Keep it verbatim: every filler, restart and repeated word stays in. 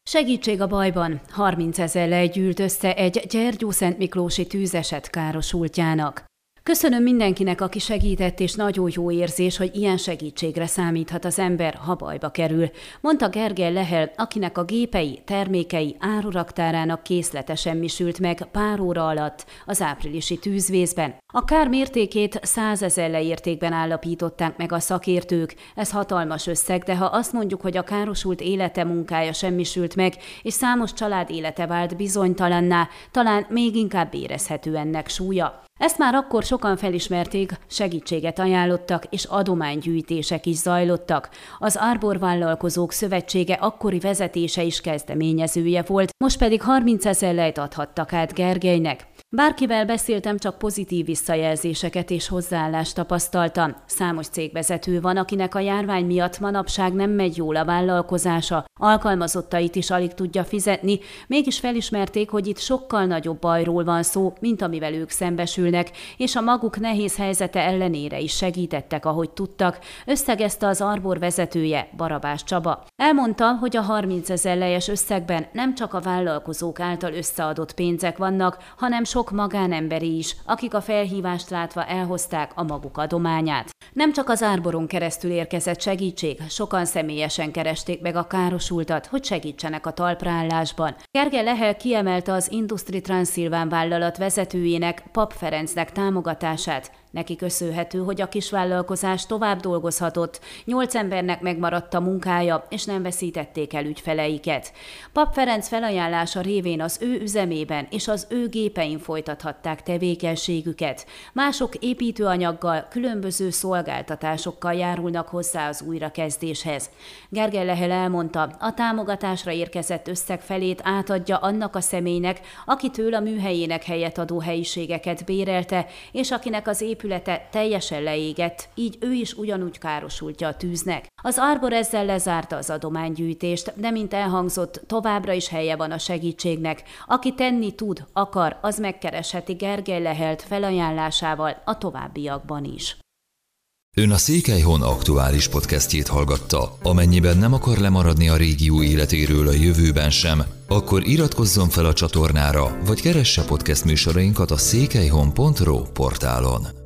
Segítség a bajban! harmincezer lej gyűlt össze egy gyergyószentmiklósi tűzeset károsultjának. Köszönöm mindenkinek, aki segített, és nagyon jó érzés, hogy ilyen segítségre számíthat az ember, ha bajba kerül, mondta Gergely Lehel, akinek a gépei, termékei áruraktárának készlete semmisült meg pár óra alatt az áprilisi tűzvészben. A kár mértékét százezer lej értékben állapították meg a szakértők. Ez hatalmas összeg, de ha azt mondjuk, hogy a károsult élete, munkája semmisült meg, és számos család élete vált bizonytalanná, talán még inkább érezhető ennek súlya. Ezt már akkor sokan felismerték, segítséget ajánlottak, és adománygyűjtések is zajlottak. Az Arbor Vállalkozók Szövetsége akkori vezetése is kezdeményezője volt, most pedig harmincezer lejt adhattak át Gergelynek. Bárkivel beszéltem, csak pozitív visszajelzéseket és hozzáállást tapasztaltam. Számos cégvezető van, akinek a járvány miatt manapság nem megy jól a vállalkozása, alkalmazottait is alig tudja fizetni, mégis felismerték, hogy itt sokkal nagyobb bajról van szó, mint amivel ők szembesülnek, és a maguk nehéz helyzete ellenére is segítettek, ahogy tudtak, összegezte az Arbor vezetője, Barabás Csaba. Elmondta, hogy a harmincezer lejes összegben nem csak a vállalkozók által összeadott pénzek vannak, hanem sok magánemberi is, akik a felhívást látva elhozták a maguk adományát. Nem csak az Arboron keresztül érkezett segítség, sokan személyesen keresték meg a károsultat, hogy segítsenek a talpraállásban. Gergely Lehel kiemelte az Industrie Transsilván vállalat vezetőjének, Papp Ferencnek támogatását. Neki köszönhető, hogy a kisvállalkozás tovább dolgozhatott, nyolc embernek megmaradt a munkája, és nem veszítették el ügyfeleiket. Papp Ferenc felajánlása révén az ő üzemében és az ő gépein folytathatták tevékenységüket. Mások építőanyaggal, különböző szolgáltatásokkal járulnak hozzá az újrakezdéshez. Gergely Lehel elmondta, a támogatásra érkezett összeg felét átadja annak a személynek, akitől a műhelyének helyet adó helyiségeket bérelte, és akinek az építőanyag épülete teljesen leégett, így ő is ugyanúgy károsultja a tűznek. Az Arbor ezzel lezárta az adománygyűjtést, de mint elhangzott, továbbra is helye van a segítségnek. Aki tenni tud, akar, az megkeresheti Gergely Lehelt felajánlásával a továbbiakban is. Ön a Székelyhon aktuális podcastjét hallgatta. Amennyiben nem akar lemaradni a régió életéről a jövőben sem, akkor iratkozzon fel a csatornára, vagy keresse podcast műsorainkat a székelyhon pont ro portálon.